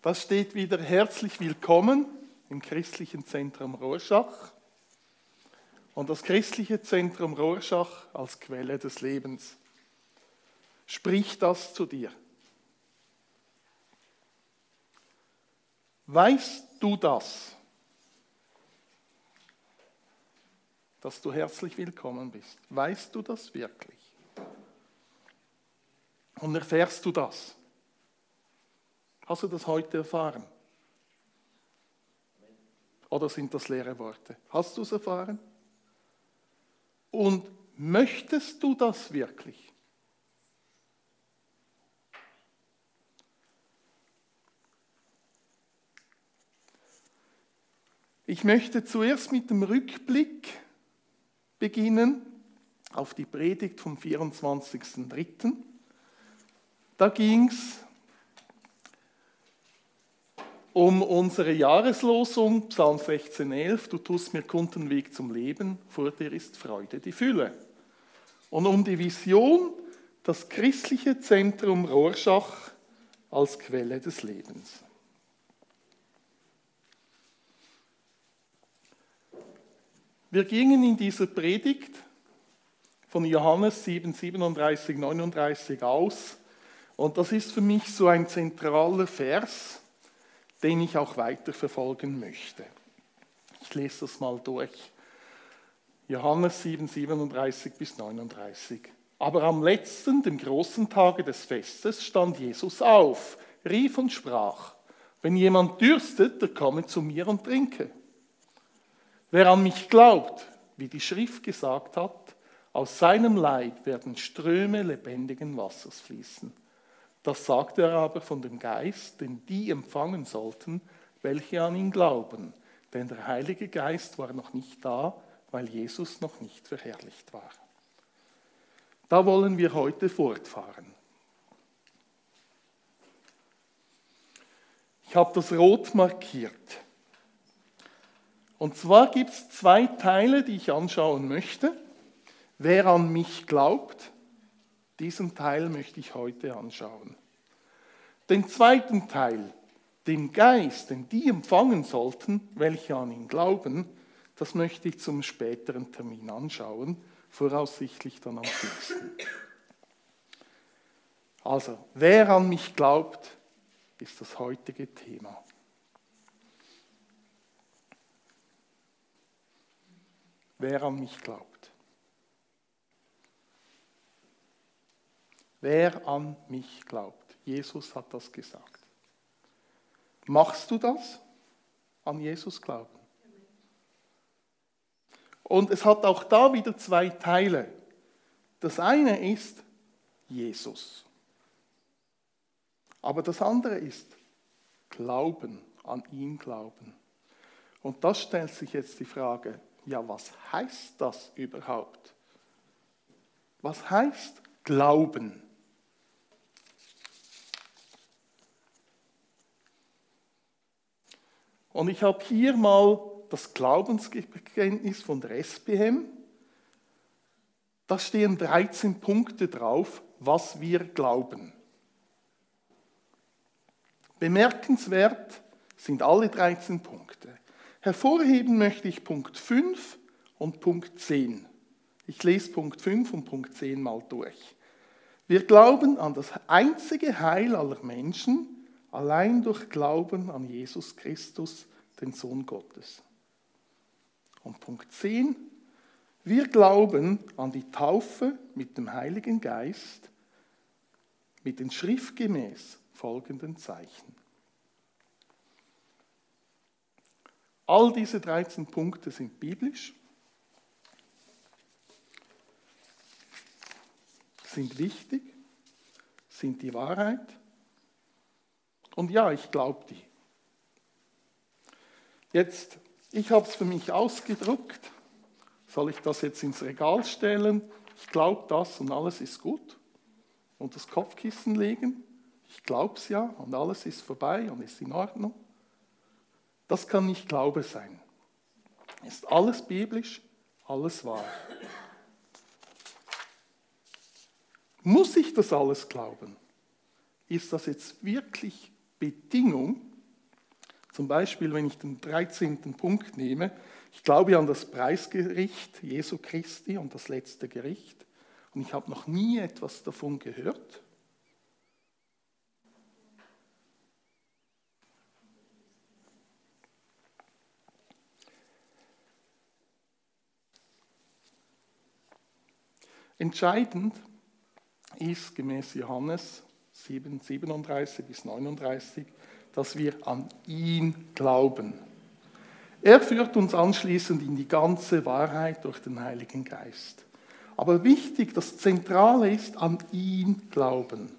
Da steht wieder herzlich willkommen im Christlichen Zentrum Rorschach. Und das Christliche Zentrum Rorschach als Quelle des Lebens. Spricht das zu dir? Weißt du das? Dass du herzlich willkommen bist. Weißt du das wirklich? Und erfährst du das? Hast du das heute erfahren? Oder sind das leere Worte? Hast du es erfahren? Und möchtest du das wirklich? Ich möchte zuerst mit dem Rückblick beginnen auf die Predigt vom 24.03. Da ging es um unsere Jahreslosung, Psalm 16,11, du tust mir kund den Weg zum Leben, vor dir ist Freude die Fülle. Und um die Vision, das christliche Zentrum Rorschach als Quelle des Lebens. Wir gingen in dieser Predigt von Johannes 7, 37, 39 aus und das ist für mich so ein zentraler Vers, den ich auch weiter verfolgen möchte. Ich lese das mal durch. Johannes 7, 37 bis 39. Aber am letzten, dem großen Tage des Festes, stand Jesus auf, rief und sprach, wenn jemand dürstet, der komme zu mir und trinke. Wer an mich glaubt, wie die Schrift gesagt hat, aus seinem Leib werden Ströme lebendigen Wassers fließen. Das sagte er aber von dem Geist, den die empfangen sollten, welche an ihn glauben. Denn der Heilige Geist war noch nicht da, weil Jesus noch nicht verherrlicht war. Da wollen wir heute fortfahren. Ich habe das rot markiert. Und zwar gibt es 2 Teile, die ich anschauen möchte. Wer an mich glaubt, diesen Teil möchte ich heute anschauen. Den zweiten Teil, den Geist, den die empfangen sollten, welche an ihn glauben, das möchte ich zum späteren Termin anschauen, voraussichtlich dann am Pfingsten. Also, wer an mich glaubt, ist das heutige Thema. Wer an mich glaubt. Wer an mich glaubt. Jesus hat das gesagt. Machst du das? An Jesus glauben? Und es hat auch da wieder 2 Teile. Das eine ist Jesus. Aber das andere ist Glauben, an ihn glauben. Und da stellt sich jetzt die Frage, ja, was heißt das überhaupt? Was heißt Glauben? Und ich habe hier mal das Glaubensbekenntnis von der SPM. Da stehen 13 Punkte drauf, was wir glauben. Bemerkenswert sind alle 13 Punkte. Hervorheben möchte ich Punkt 5 und Punkt 10. Ich lese Punkt 5 und Punkt 10 mal durch. Wir glauben an das einzige Heil aller Menschen, allein durch Glauben an Jesus Christus, den Sohn Gottes. Und Punkt 10. Wir glauben an die Taufe mit dem Heiligen Geist, mit den schriftgemäß folgenden Zeichen. All diese 13 Punkte sind biblisch, sind wichtig, sind die Wahrheit. Und ja, ich glaube die. Jetzt, ich habe es für mich ausgedruckt. Soll ich das jetzt ins Regal stellen? Ich glaube das und alles ist gut. Und das Kopfkissen legen? Ich glaube es ja und alles ist vorbei und ist in Ordnung. Das kann nicht Glaube sein. Ist alles biblisch, alles wahr. Muss ich das alles glauben? Ist das jetzt wirklich Bedingung Zum Beispiel, wenn ich den 13. Punkt nehme, ich glaube an das Preisgericht Jesu Christi und das letzte Gericht und ich habe noch nie etwas davon gehört. Entscheidend ist gemäß Johannes 7, 37 bis 39, dass wir an ihn glauben. Er führt uns anschließend in die ganze Wahrheit durch den Heiligen Geist. Aber wichtig, das Zentrale ist, an ihn glauben.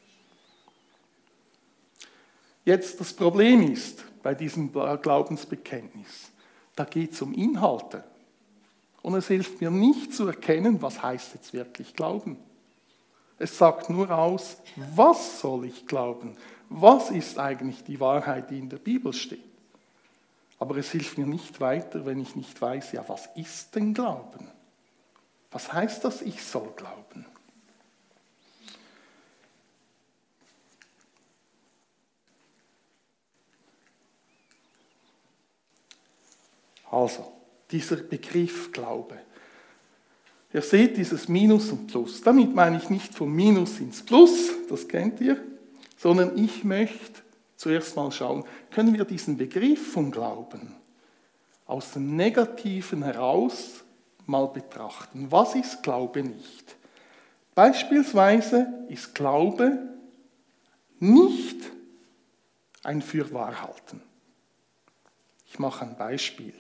Jetzt das Problem ist, bei diesem Glaubensbekenntnis, da geht es um Inhalte. Und es hilft mir nicht zu erkennen, was heißt jetzt wirklich glauben. Es sagt nur aus, was soll ich glauben? Was ist eigentlich die Wahrheit, die in der Bibel steht? Aber es hilft mir nicht weiter, wenn ich nicht weiß, ja, was ist denn Glauben? Was heißt das, ich soll glauben? Also, dieser Begriff Glaube. Ihr seht dieses Minus und Plus. Damit meine ich nicht vom Minus ins Plus, das kennt ihr, sondern ich möchte zuerst mal schauen, können wir diesen Begriff vom Glauben aus dem Negativen heraus mal betrachten. Was ist Glaube nicht? Beispielsweise ist Glaube nicht ein Fürwahrhalten. Ich mache ein Beispiel.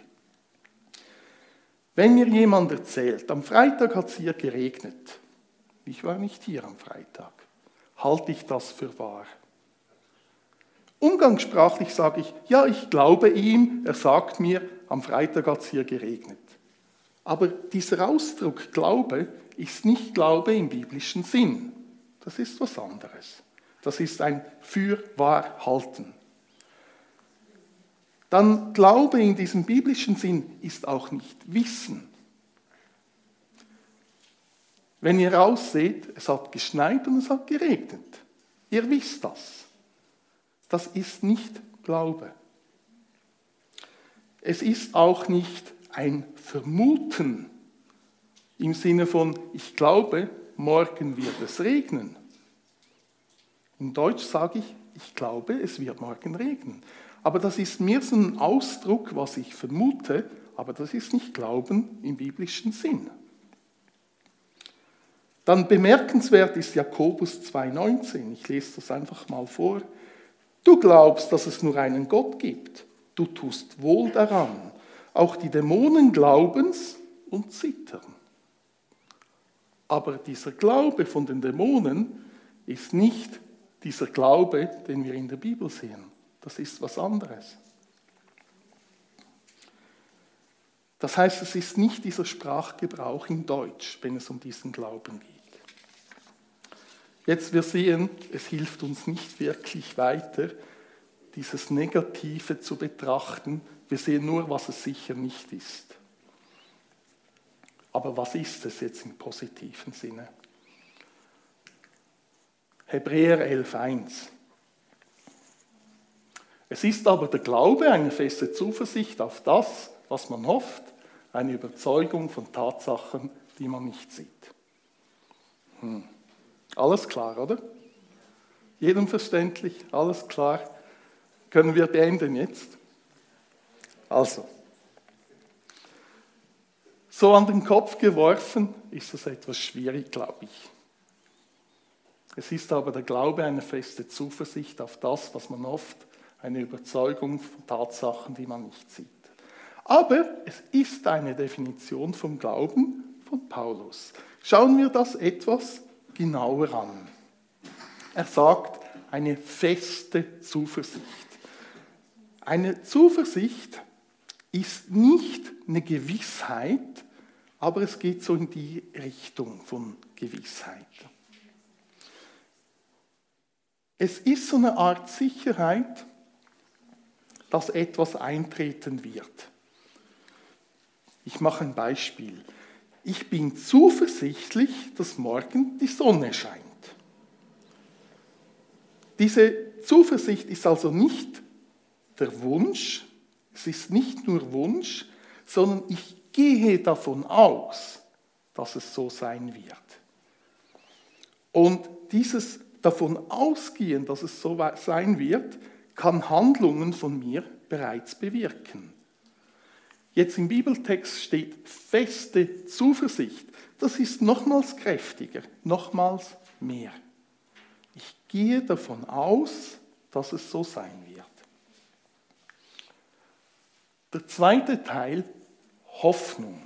Wenn mir jemand erzählt, am Freitag hat es hier geregnet, ich war nicht hier am Freitag, halte ich das für wahr? Umgangssprachlich sage ich, ja, ich glaube ihm, er sagt mir, am Freitag hat es hier geregnet. Aber dieser Ausdruck Glaube ist nicht Glaube im biblischen Sinn. Das ist was anderes. Das ist ein Fürwahrhalten. Dann Glaube in diesem biblischen Sinn ist auch nicht Wissen. Wenn ihr rausseht, es hat geschneit und es hat geregnet. Ihr wisst das. Das ist nicht Glaube. Es ist auch nicht ein Vermuten im Sinne von, ich glaube, morgen wird es regnen. In Deutsch sage ich glaube, es wird morgen regnen. Aber das ist mir so ein Ausdruck, was ich vermute, aber das ist nicht Glauben im biblischen Sinn. Dann bemerkenswert ist Jakobus 2,19. Ich lese das einfach mal vor. Du glaubst, dass es nur einen Gott gibt. Du tust wohl daran. Auch die Dämonen glauben's und zittern. Aber dieser Glaube von den Dämonen ist nicht dieser Glaube, den wir in der Bibel sehen. Das ist was anderes. Das heißt, es ist nicht dieser Sprachgebrauch in Deutsch, wenn es um diesen Glauben geht. Jetzt wir sehen, es hilft uns nicht wirklich weiter, dieses Negative zu betrachten. Wir sehen nur, was es sicher nicht ist. Aber was ist es jetzt im positiven Sinne? Hebräer 11,1. Es ist aber der Glaube eine feste Zuversicht auf das, was man hofft, eine Überzeugung von Tatsachen, die man nicht sieht. Alles klar, oder? Jedem verständlich, alles klar. Können wir beenden jetzt? Also, so an den Kopf geworfen ist das etwas schwierig, glaube ich. Es ist aber der Glaube eine feste Zuversicht auf das, was man hofft, eine Überzeugung von Tatsachen, die man nicht sieht. Aber es ist eine Definition vom Glauben von Paulus. Schauen wir das etwas genauer an. Er sagt, eine feste Zuversicht. Eine Zuversicht ist nicht eine Gewissheit, aber es geht so in die Richtung von Gewissheit. Es ist so eine Art Sicherheit, dass etwas eintreten wird. Ich mache ein Beispiel. Ich bin zuversichtlich, dass morgen die Sonne scheint. Diese Zuversicht ist also nicht der Wunsch, es ist nicht nur Wunsch, sondern ich gehe davon aus, dass es so sein wird. Und dieses davon ausgehen, dass es so sein wird, kann Handlungen von mir bereits bewirken. Jetzt im Bibeltext steht feste Zuversicht. Das ist nochmals kräftiger, nochmals mehr. Ich gehe davon aus, dass es so sein wird. Der zweite Teil, Hoffnung.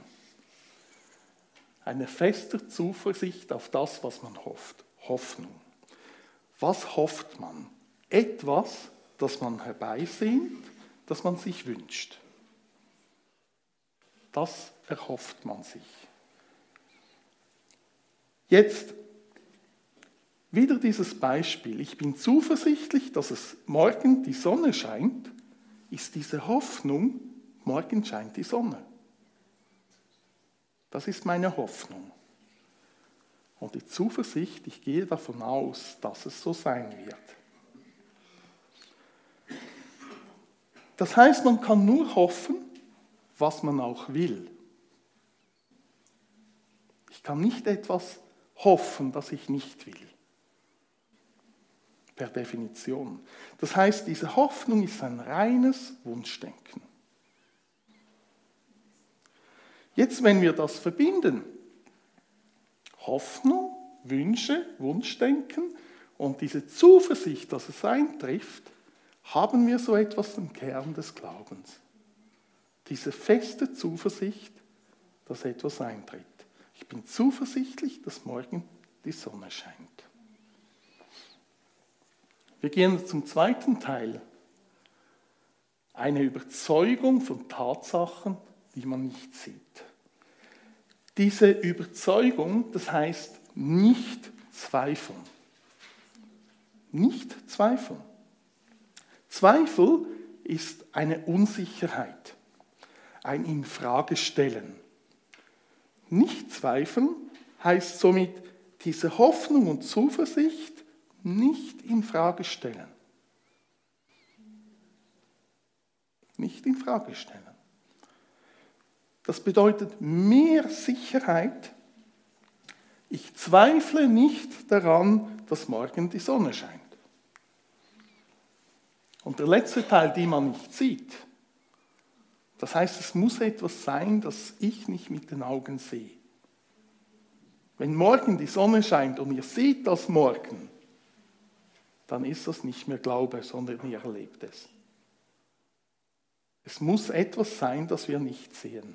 Eine feste Zuversicht auf das, was man hofft. Hoffnung. Was hofft man? Etwas, das man herbeisehnt, das man sich wünscht. Das erhofft man sich. Jetzt wieder dieses Beispiel. Ich bin zuversichtlich, dass es morgen die Sonne scheint. Ist diese Hoffnung, morgen scheint die Sonne. Das ist meine Hoffnung. Und die Zuversicht, ich gehe davon aus, dass es so sein wird. Das heißt, man kann nur hoffen, was man auch will. Ich kann nicht etwas hoffen, das ich nicht will. Per Definition. Das heißt, diese Hoffnung ist ein reines Wunschdenken. Jetzt, wenn wir das verbinden, Hoffnung, Wünsche, Wunschdenken und diese Zuversicht, dass es eintrifft, haben wir so etwas im Kern des Glaubens. Diese feste Zuversicht, dass etwas eintritt. Ich bin zuversichtlich, dass morgen die Sonne scheint. Wir gehen zum zweiten Teil. Eine Überzeugung von Tatsachen, die man nicht sieht. Diese Überzeugung, das heißt nicht zweifeln. Nicht zweifeln. Zweifel ist eine Unsicherheit, ein Infragestellen. Nicht zweifeln heißt somit diese Hoffnung und Zuversicht nicht infrage stellen. Nicht infrage stellen. Das bedeutet mehr Sicherheit. Ich zweifle nicht daran, dass morgen die Sonne scheint. Und der letzte Teil, den man nicht sieht, das heißt, es muss etwas sein, das ich nicht mit den Augen sehe. Wenn morgen die Sonne scheint und ihr seht das morgen, dann ist das nicht mehr Glaube, sondern ihr erlebt es. Es muss etwas sein, das wir nicht sehen.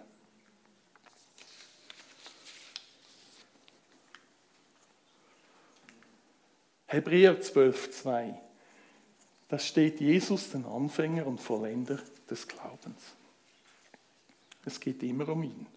Hebräer 12,2. Da steht Jesus, den Anfänger und Vollender des Glaubens. Es geht immer um ihn.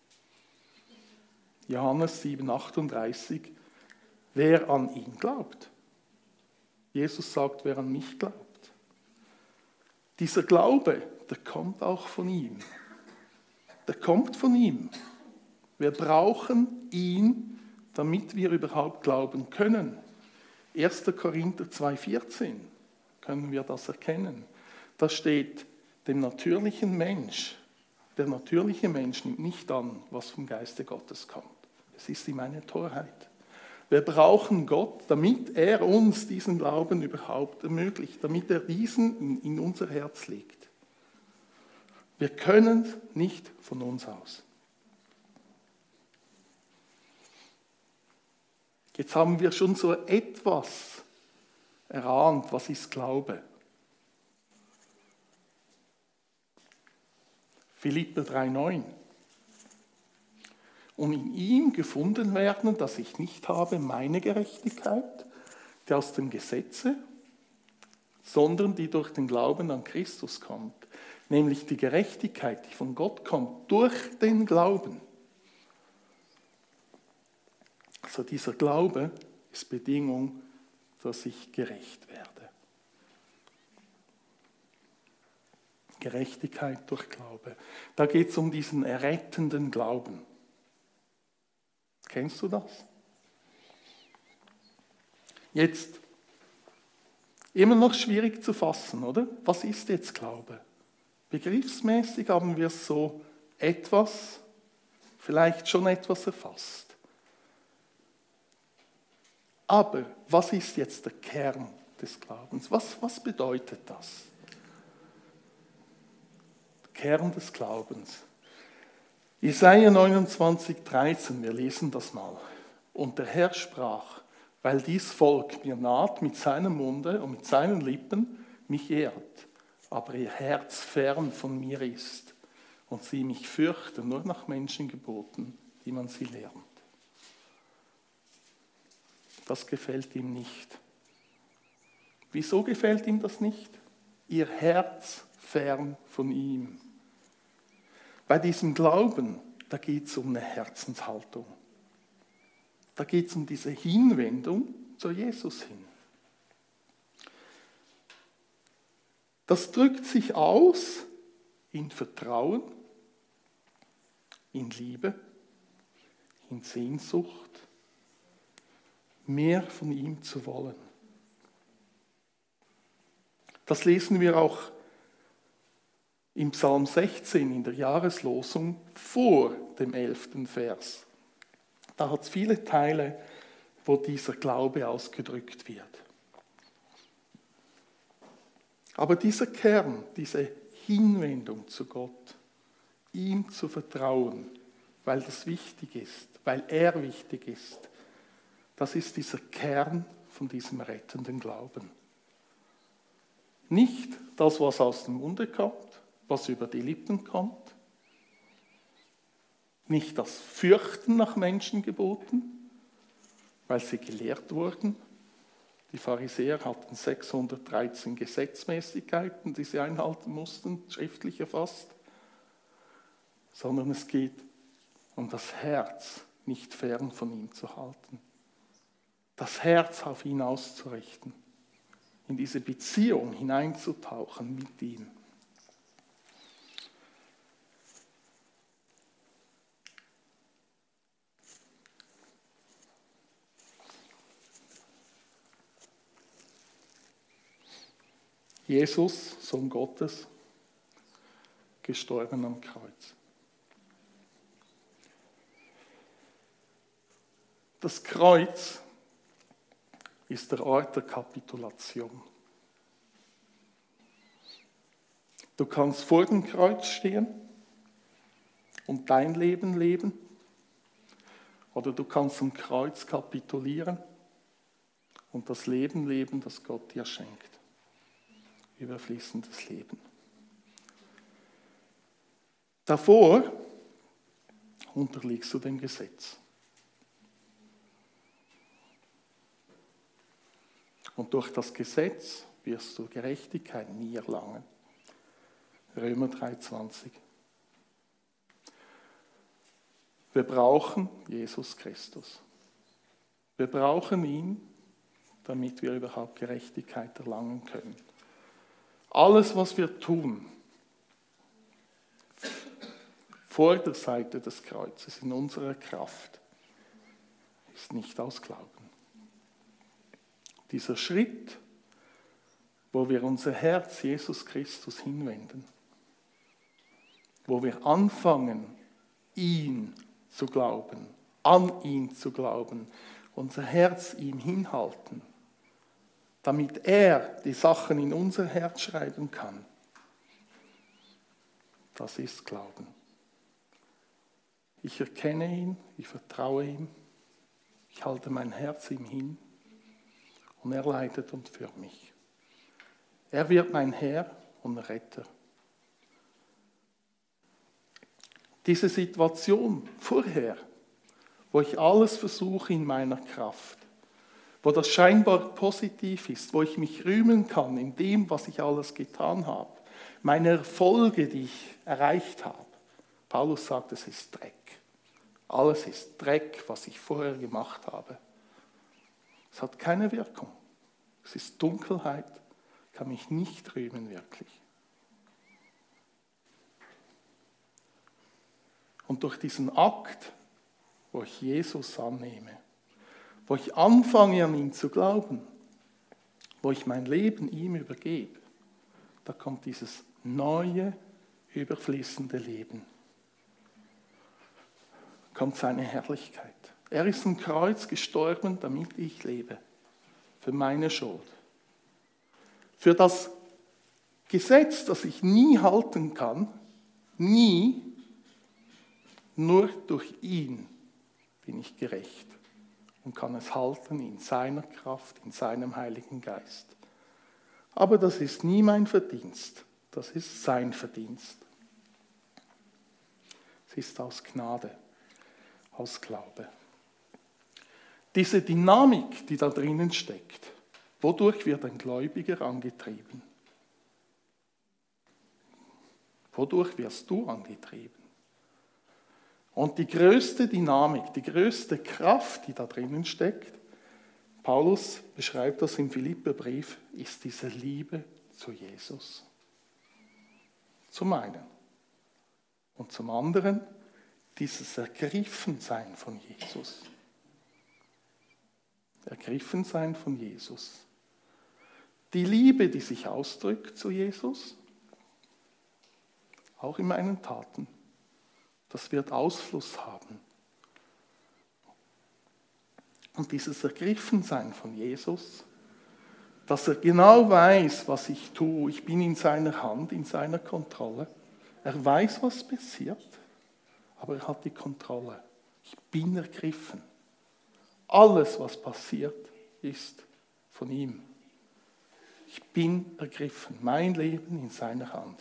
Johannes 7,38. Wer an ihn glaubt. Jesus sagt, wer an mich glaubt. Dieser Glaube, der kommt auch von ihm. Der kommt von ihm. Wir brauchen ihn, damit wir überhaupt glauben können. 1. Korinther 2,14 können wir das erkennen. Da steht, dem natürlichen Mensch, der natürliche Mensch nimmt nicht an, was vom Geiste Gottes kommt. Es ist ihm eine Torheit. Wir brauchen Gott, damit er uns diesen Glauben überhaupt ermöglicht, damit er diesen in unser Herz legt. Wir können nicht von uns aus. Jetzt haben wir schon so etwas erahnt, was ist Glaube. Philipper 3,9. Und in ihm gefunden werden, dass ich nicht habe meine Gerechtigkeit, die aus dem Gesetze, sondern die durch den Glauben an Christus kommt. Nämlich die Gerechtigkeit, die von Gott kommt, durch den Glauben. Also dieser Glaube ist Bedingung, dass ich gerecht werde. Gerechtigkeit durch Glaube. Da geht es um diesen errettenden Glauben. Kennst du das? Jetzt, Immer noch schwierig zu fassen, oder? Was ist jetzt Glaube? Begriffsmäßig haben wir so etwas, vielleicht schon etwas erfasst. Aber was ist jetzt der Kern des Glaubens? Was bedeutet das? Der Kern des Glaubens. Jesaja 29,13, wir lesen das mal. Und der Herr sprach: Weil dies Volk mir naht mit seinem Munde und mit seinen Lippen, mich ehrt, aber ihr Herz fern von mir ist und sie mich fürchten nur nach Menschengeboten, die man sie lernt. Das gefällt ihm nicht. Wieso gefällt ihm das nicht? Ihr Herz fern von ihm. Bei diesem Glauben, da geht es um eine Herzenshaltung. Da geht es um diese Hinwendung zu Jesus hin. Das drückt sich aus in Vertrauen, in Liebe, in Sehnsucht, mehr von ihm zu wollen. Das lesen wir auch im Psalm 16 in der Jahreslosung vor dem 11. Vers. Da hat es viele Teile, wo dieser Glaube ausgedrückt wird. Aber dieser Kern, diese Hinwendung zu Gott, ihm zu vertrauen, weil das wichtig ist, weil er wichtig ist, das ist dieser Kern von diesem rettenden Glauben. Nicht das, was aus dem Munde kommt, was über die Lippen kommt, nicht das Fürchten nach Menschengeboten, weil sie gelehrt wurden. Die Pharisäer hatten 613 Gesetzmäßigkeiten, die sie einhalten mussten, schriftlich erfasst. Sondern es geht um das Herz, nicht fern von ihm zu halten. Das Herz auf ihn auszurichten, in diese Beziehung hineinzutauchen mit ihm. Jesus, Sohn Gottes, gestorben am Kreuz. Das Kreuz ist der Ort der Kapitulation. Du kannst vor dem Kreuz stehen und dein Leben leben, oder du kannst am Kreuz kapitulieren und das Leben leben, das Gott dir schenkt. Überfließendes Leben. Davor unterliegst du dem Gesetz. Und durch das Gesetz wirst du Gerechtigkeit nie erlangen. Römer 3,20. Wir brauchen Jesus Christus. Wir brauchen ihn, damit wir überhaupt Gerechtigkeit erlangen können. Alles, was wir tun, vor der Seite des Kreuzes, in unserer Kraft, ist nicht aus Glauben. Dieser Schritt, wo wir unser Herz Jesus Christus hinwenden, wo wir anfangen, ihn zu glauben, an ihn zu glauben, unser Herz ihm hinhalten, damit er die Sachen in unser Herz schreiben kann. Das ist Glauben. Ich erkenne ihn, ich vertraue ihm, ich halte mein Herz ihm hin und er leitet und führt mich. Er wird mein Herr und Retter. Diese Situation vorher, wo ich alles versuche in meiner Kraft, wo das scheinbar positiv ist, wo ich mich rühmen kann in dem, was ich alles getan habe, meine Erfolge, die ich erreicht habe. Paulus sagt, es ist Dreck. Alles ist Dreck, was ich vorher gemacht habe. Es hat keine Wirkung. Es ist Dunkelheit, ich kann mich nicht rühmen wirklich. Und durch diesen Akt, wo ich Jesus annehme, wo ich anfange, an ihn zu glauben, wo ich mein Leben ihm übergebe, da kommt dieses neue, überfließende Leben. Kommt seine Herrlichkeit. Er ist am Kreuz gestorben, damit ich lebe. Für meine Schuld. Für das Gesetz, das ich nie halten kann, nie, nur durch ihn bin ich gerecht und kann es halten in seiner Kraft, in seinem Heiligen Geist. Aber das ist nie mein Verdienst, das ist sein Verdienst. Es ist aus Gnade, aus Glaube. Diese Dynamik, die da drinnen steckt, wodurch wird ein Gläubiger angetrieben? Wodurch wirst du angetrieben? Und die größte Dynamik, die größte Kraft, die da drinnen steckt, Paulus beschreibt das im Philipperbrief, ist diese Liebe zu Jesus. Zum einen. Und zum anderen dieses Ergriffensein von Jesus. Ergriffensein von Jesus. Die Liebe, die sich ausdrückt zu Jesus, auch in meinen Taten, das wird Ausfluss haben. Und dieses Ergriffensein von Jesus, dass er genau weiß, was ich tue, ich bin in seiner Hand, in seiner Kontrolle. Er weiß, was passiert, aber er hat die Kontrolle. Ich bin ergriffen. Alles, was passiert, ist von ihm. Ich bin ergriffen. Mein Leben in seiner Hand.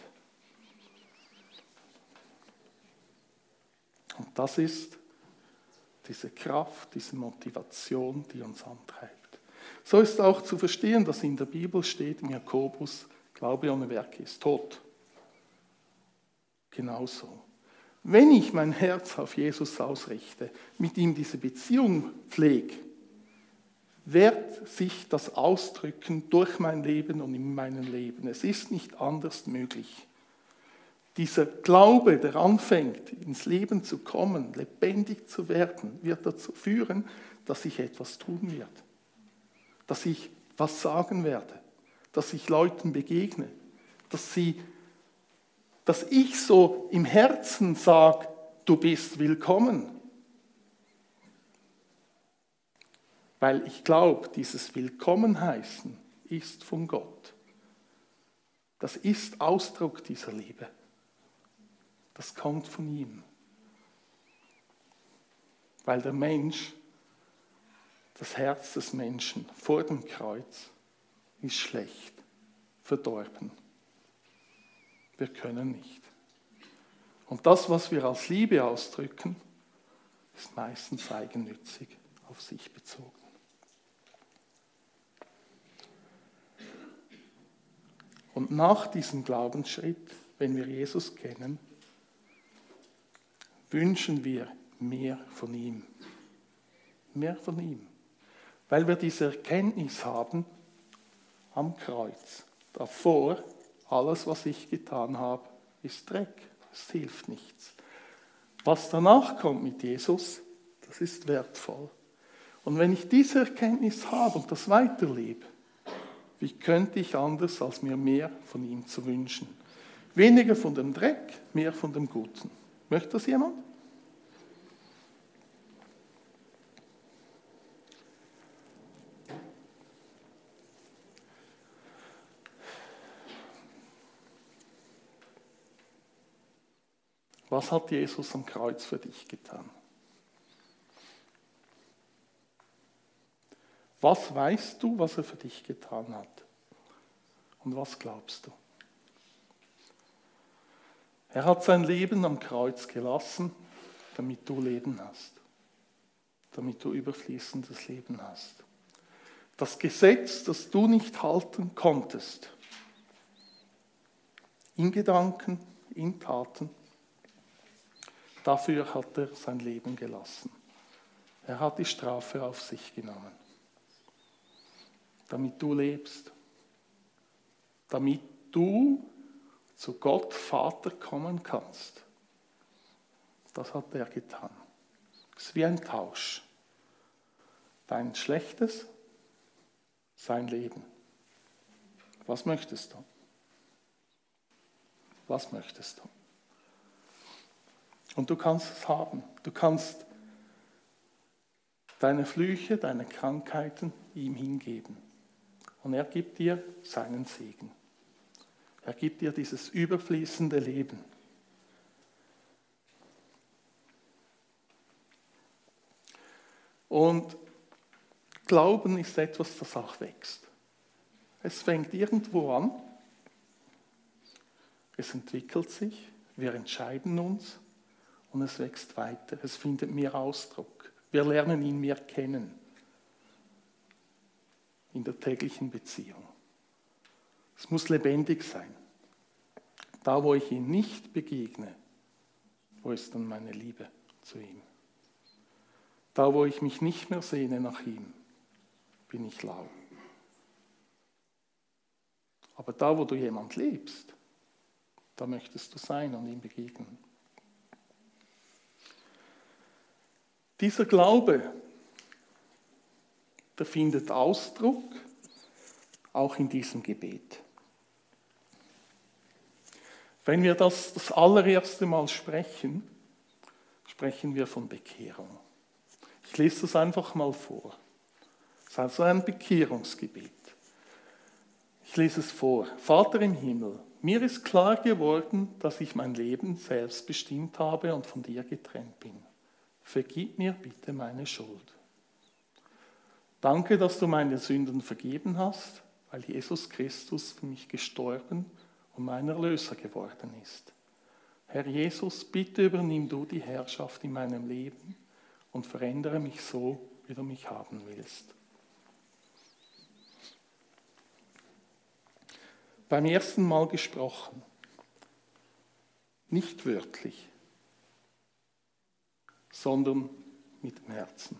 Und das ist diese Kraft, diese Motivation, die uns antreibt. So ist auch zu verstehen, dass in der Bibel steht, im Jakobus, Glaube ohne Werke ist tot. Genauso. Wenn ich mein Herz auf Jesus ausrichte, mit ihm diese Beziehung pflege, wird sich das ausdrücken durch mein Leben und in meinem Leben. Es ist nicht anders möglich. Dieser Glaube, der anfängt, ins Leben zu kommen, lebendig zu werden, wird dazu führen, dass ich etwas tun werde. Dass ich was sagen werde. Dass ich Leuten begegne. Dass ich so im Herzen sage, du bist willkommen. Weil ich glaube, dieses Willkommenheißen ist von Gott. Das ist Ausdruck dieser Liebe. Das kommt von ihm. Weil der Mensch, das Herz des Menschen vor dem Kreuz ist schlecht, verdorben. Wir können nicht. Und das, was wir als Liebe ausdrücken, ist meistens eigennützig, auf sich bezogen. Und nach diesem Glaubensschritt, wenn wir Jesus kennen, wünschen wir mehr von ihm. Mehr von ihm. Weil wir diese Erkenntnis haben am Kreuz. Davor, alles, was ich getan habe, ist Dreck. Es hilft nichts. Was danach kommt mit Jesus, das ist wertvoll. Und wenn ich diese Erkenntnis habe und das weiterlebe, wie könnte ich anders, als mir mehr von ihm zu wünschen? Weniger von dem Dreck, mehr von dem Guten. Möchte das jemand? Was hat Jesus am Kreuz für dich getan? Was weißt du, was er für dich getan hat? Und was glaubst du? Er hat sein Leben am Kreuz gelassen, damit du Leben hast. Damit du überfließendes Leben hast. Das Gesetz, das du nicht halten konntest, in Gedanken, in Taten, dafür hat er sein Leben gelassen. Er hat die Strafe auf sich genommen. Damit du lebst. Damit du zu Gott Vater kommen kannst. Das hat er getan. Es ist wie ein Tausch. Dein Schlechtes, sein Leben. Was möchtest du? Was möchtest du? Und du kannst es haben. Du kannst deine Flüche, deine Krankheiten ihm hingeben. Und er gibt dir seinen Segen. Er gibt dir dieses überfließende Leben. Und Glauben ist etwas, das auch wächst. Es fängt irgendwo an, es entwickelt sich, wir entscheiden uns und es wächst weiter. Es findet mehr Ausdruck. Wir lernen ihn mehr kennen in der täglichen Beziehung. Es muss lebendig sein. Da, wo ich ihm nicht begegne, wo ist dann meine Liebe zu ihm? Da, wo ich mich nicht mehr sehne nach ihm, bin ich lau. Aber da, wo du jemand liebst, da möchtest du sein und ihm begegnen. Dieser Glaube, der findet Ausdruck auch in diesem Gebet. Wenn wir das allererste Mal sprechen, sprechen wir von Bekehrung. Ich lese das einfach mal vor. Es ist also ein Bekehrungsgebet. Ich lese es vor. Vater im Himmel, mir ist klar geworden, dass ich mein Leben selbst bestimmt habe und von dir getrennt bin. Vergib mir bitte meine Schuld. Danke, dass du meine Sünden vergeben hast, weil Jesus Christus für mich gestorben und mein Erlöser geworden ist. Herr Jesus, bitte übernimm du die Herrschaft in meinem Leben und verändere mich so, wie du mich haben willst. Beim ersten Mal gesprochen, nicht wörtlich, sondern mit dem Herzen.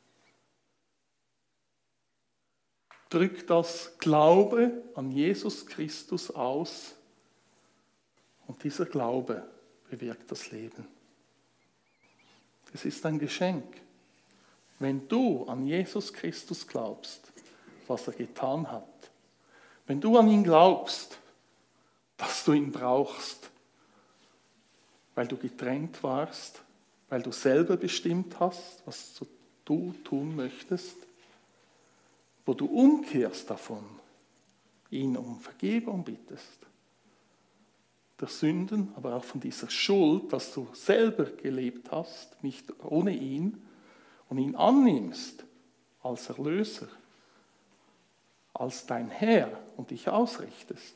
Drückt das Glaube an Jesus Christus aus und dieser Glaube bewirkt das Leben. Es ist ein Geschenk. Wenn du an Jesus Christus glaubst, was er getan hat, wenn du an ihn glaubst, dass du ihn brauchst, weil du getrennt warst, weil du selber bestimmt hast, was du tun möchtest, wo du umkehrst davon, ihn um Vergebung bittest, der Sünden, aber auch von dieser Schuld, dass du selber gelebt hast, nicht ohne ihn, und ihn annimmst als Erlöser, als dein Herr und dich ausrichtest,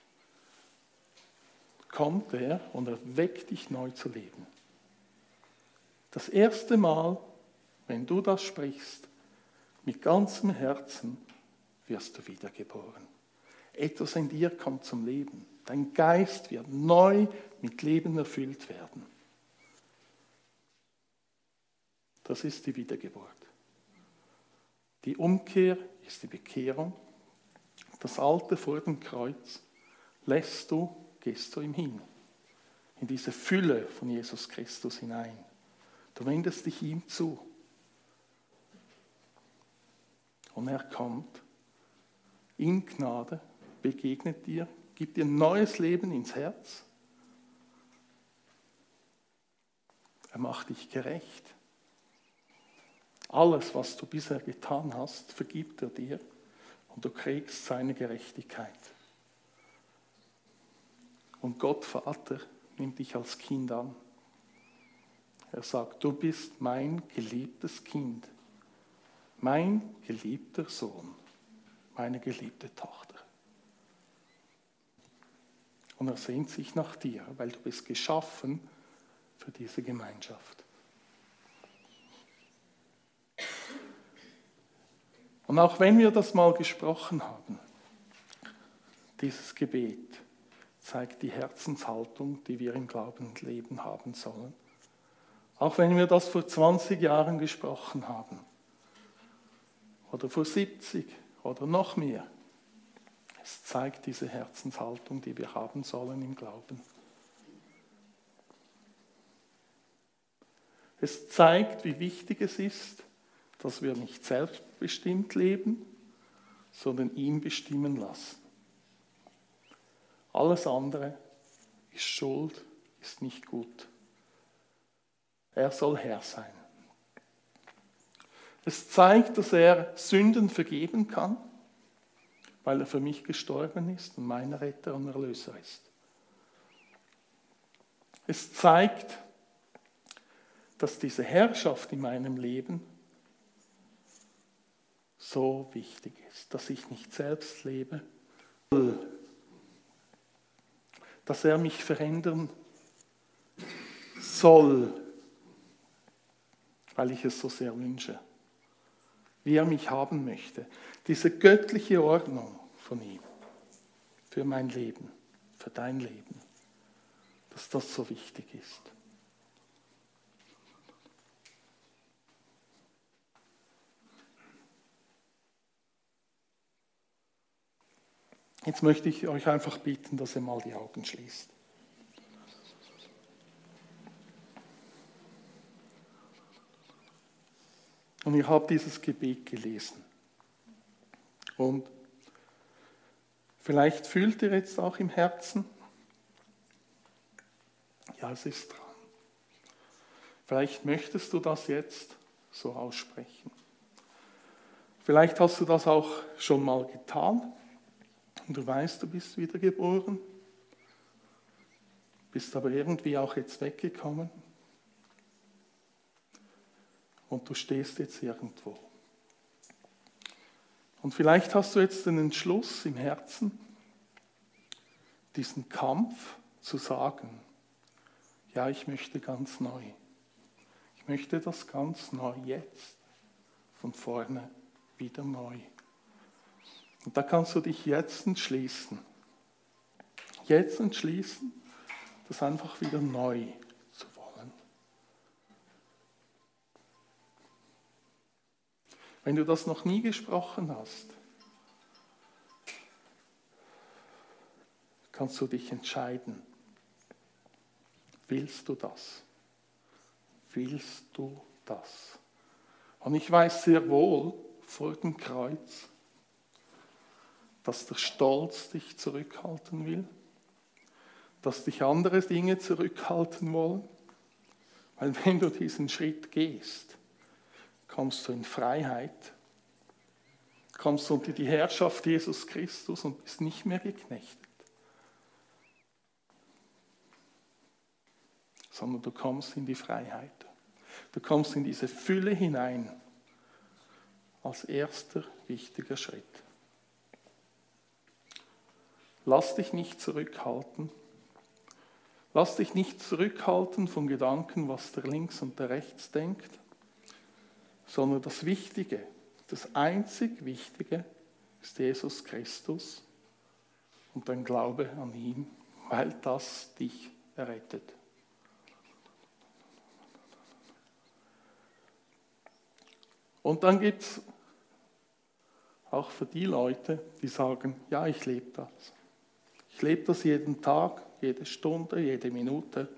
kommt er und erweckt dich neu zu leben. Das erste Mal, wenn du das sprichst, mit ganzem Herzen, wirst du wiedergeboren. Etwas in dir kommt zum Leben. Dein Geist wird neu mit Leben erfüllt werden. Das ist die Wiedergeburt. Die Umkehr ist die Bekehrung. Das Alte vor dem Kreuz gehst du ihm hin. In diese Fülle von Jesus Christus hinein. Du wendest dich ihm zu. Und er kommt in Gnade, begegnet dir, gibt dir ein neues Leben ins Herz. Er macht dich gerecht. Alles, was du bisher getan hast, vergibt er dir und du kriegst seine Gerechtigkeit. Und Gott, Vater, nimmt dich als Kind an. Er sagt, du bist mein geliebtes Kind, mein geliebter Sohn, meine geliebte Tochter. Und er sehnt sich nach dir, weil du bist geschaffen für diese Gemeinschaft. Und auch wenn wir das mal gesprochen haben, dieses Gebet zeigt die Herzenshaltung, die wir im Glauben und Leben haben sollen. Auch wenn wir das vor 20 Jahren gesprochen haben oder vor 70 oder noch mehr. Es zeigt diese Herzenshaltung, die wir haben sollen im Glauben. Es zeigt, wie wichtig es ist, dass wir nicht selbstbestimmt leben, sondern ihn bestimmen lassen. Alles andere ist Schuld, ist nicht gut. Er soll Herr sein. Es zeigt, dass er Sünden vergeben kann, weil er für mich gestorben ist und mein Retter und Erlöser ist. Es zeigt, dass diese Herrschaft in meinem Leben so wichtig ist, dass ich nicht selbst lebe, dass er mich verändern soll, weil ich es so sehr wünsche, wie er mich haben möchte. Diese göttliche Ordnung von ihm für mein Leben, für dein Leben, dass das so wichtig ist. Jetzt möchte ich euch einfach bitten, dass ihr mal die Augen schließt. Und ihr habt dieses Gebet gelesen. Und vielleicht fühlt ihr jetzt auch im Herzen, ja, es ist dran. Vielleicht möchtest du das jetzt so aussprechen. Vielleicht hast du das auch schon mal getan und du weißt, du bist wiedergeboren, bist aber irgendwie auch jetzt weggekommen und du stehst jetzt irgendwo. Und vielleicht hast du jetzt den Entschluss im Herzen, diesen Kampf zu sagen, ja, ich möchte ganz neu. Ich möchte das ganz neu jetzt, von vorne, wieder neu. Und da kannst du dich jetzt entschließen, das einfach wieder neu zu wollen. Wenn du das noch nie gesprochen hast, kannst du dich entscheiden. Willst du das? Willst du das? Und ich weiß sehr wohl vor dem Kreuz, dass der Stolz dich zurückhalten will, dass dich andere Dinge zurückhalten wollen. Weil wenn du diesen Schritt gehst, kommst du in Freiheit, kommst du unter die Herrschaft Jesus Christus und bist nicht mehr geknechtet, sondern du kommst in die Freiheit. Du kommst in diese Fülle hinein als erster wichtiger Schritt. Lass dich nicht zurückhalten. Lass dich nicht zurückhalten von Gedanken, was der links und der rechts denkt, sondern das Wichtige, das einzig Wichtige ist Jesus Christus und dein Glaube an ihn, weil das dich errettet. Und dann gibt es auch für die Leute, die sagen, ja, ich lebe das. Ich lebe das jeden Tag, jede Stunde, jede Minute.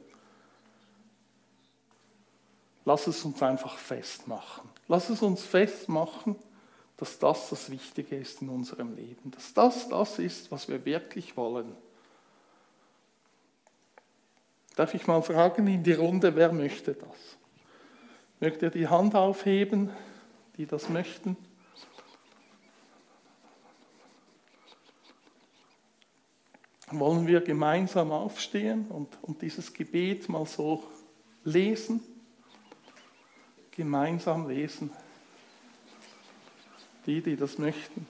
Lass es uns einfach festmachen. Lass es uns festmachen, dass das das Wichtige ist in unserem Leben. Dass das ist, was wir wirklich wollen. Darf ich mal fragen in die Runde, wer möchte das? Mögt ihr die Hand aufheben, die das möchten? Wollen wir gemeinsam aufstehen und dieses Gebet mal so lesen? Gemeinsam lesen. Die das möchten.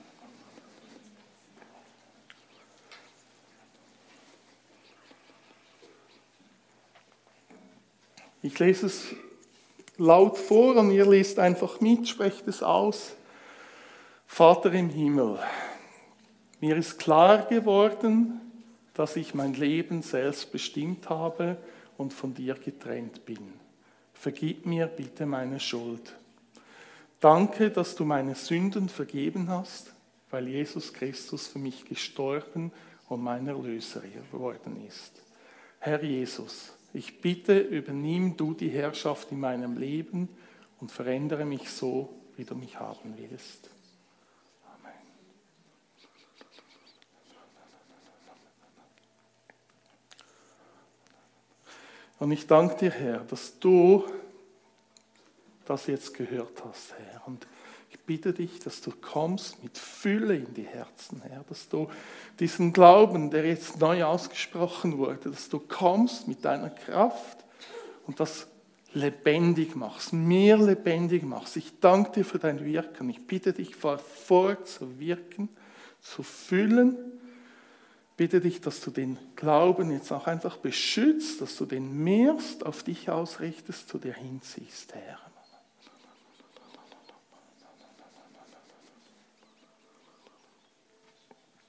Ich lese es laut vor und ihr lest einfach mit, sprecht es aus. Vater im Himmel, mir ist klar geworden, dass ich mein Leben selbst bestimmt habe und von dir getrennt bin. Vergib mir bitte meine Schuld. Danke, dass du meine Sünden vergeben hast, weil Jesus Christus für mich gestorben und mein Erlöser geworden ist. Herr Jesus, ich bitte, übernimm du die Herrschaft in meinem Leben und verändere mich so, wie du mich haben willst. Und ich danke dir, Herr, dass du das jetzt gehört hast, Herr. Und ich bitte dich, dass du kommst mit Fülle in die Herzen, Herr. Dass du diesen Glauben, der jetzt neu ausgesprochen wurde, dass du kommst mit deiner Kraft und das lebendig machst, mehr lebendig machst. Ich danke dir für dein Wirken. Ich bitte dich, fahr fort zu wirken, zu füllen. Bitte dich, dass du den Glauben jetzt auch einfach beschützt, dass du den mehrst auf dich ausrichtest, zu dir hinziehst, Herr.